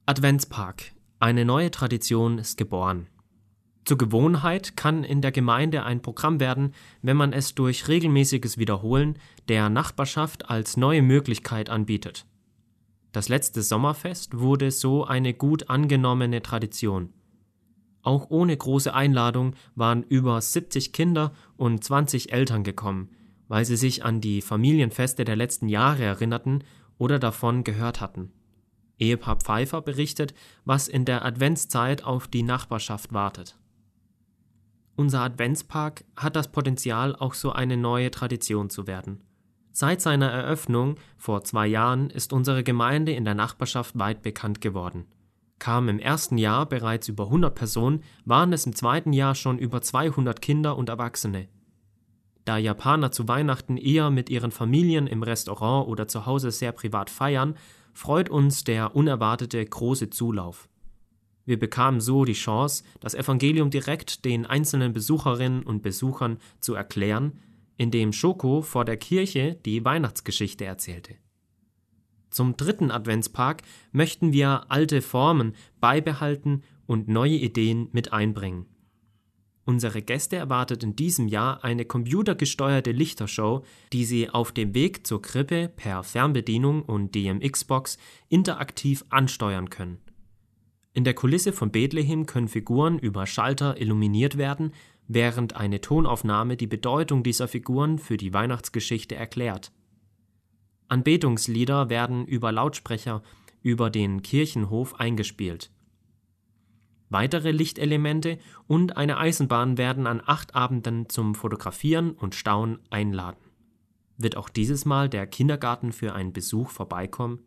Adventspark. Eine neue Tradition ist geboren. Zur Gewohnheit kann in der Gemeinde ein Programm werden, wenn man es durch regelmäßiges Wiederholen der Nachbarschaft als neue Möglichkeit anbietet. Das letzte Sommerfest wurde so eine gut angenommene Tradition. Auch ohne große Einladung waren über 70 Kinder und 20 Eltern gekommen, weil sie sich an die Familienfeste der letzten Jahre erinnerten oder davon gehört hatten. Ehepaar Pfeiffer berichtet, was in der Adventszeit auf die Nachbarschaft wartet. Unser Adventspark hat das Potenzial, auch so eine neue Tradition zu werden. Seit seiner Eröffnung vor 2 Jahren ist unsere Gemeinde in der Nachbarschaft weit bekannt geworden. Kamen im ersten Jahr bereits über 100 Personen, waren es im zweiten Jahr schon über 200 Kinder und Erwachsene. Da Japaner zu Weihnachten eher mit ihren Familien im Restaurant oder zu Hause sehr privat feiern, freut uns der unerwartete große Zulauf. Wir bekamen so die Chance, das Evangelium direkt den einzelnen Besucherinnen und Besuchern zu erklären, indem Schoko vor der Kirche die Weihnachtsgeschichte erzählte. Zum 3. Adventspark möchten wir alte Formen beibehalten und neue Ideen mit einbringen. Unsere Gäste erwartet in diesem Jahr eine computergesteuerte Lichtershow, die sie auf dem Weg zur Krippe per Fernbedienung und DMX-Box interaktiv ansteuern können. In der Kulisse von Bethlehem können Figuren über Schalter illuminiert werden, während eine Tonaufnahme die Bedeutung dieser Figuren für die Weihnachtsgeschichte erklärt. Anbetungslieder werden über Lautsprecher über den Kirchenhof eingespielt. Weitere Lichtelemente und eine Eisenbahn werden an 8 Abenden zum Fotografieren und Staunen einladen. Wird auch dieses Mal der Kindergarten für einen Besuch vorbeikommen?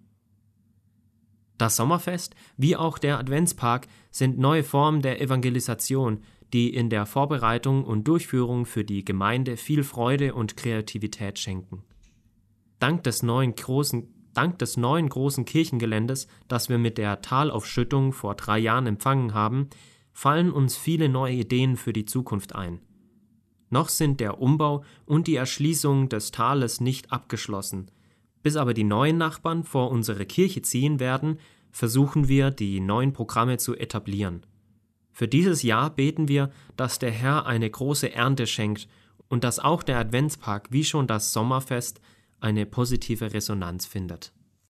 Das Sommerfest wie auch der Adventspark sind neue Formen der Evangelisation, die in der Vorbereitung und Durchführung für die Gemeinde viel Freude und Kreativität schenken. Dank des neuen großen Kirchengeländes, das wir mit der Talaufschüttung vor 3 Jahren empfangen haben, fallen uns viele neue Ideen für die Zukunft ein. Noch sind der Umbau und die Erschließung des Tales nicht abgeschlossen. Bis aber die neuen Nachbarn vor unsere Kirche ziehen werden, versuchen wir, die neuen Programme zu etablieren. Für dieses Jahr beten wir, dass der Herr eine große Ernte schenkt und dass auch der Adventspark wie schon das Sommerfest eine positive Resonanz findet.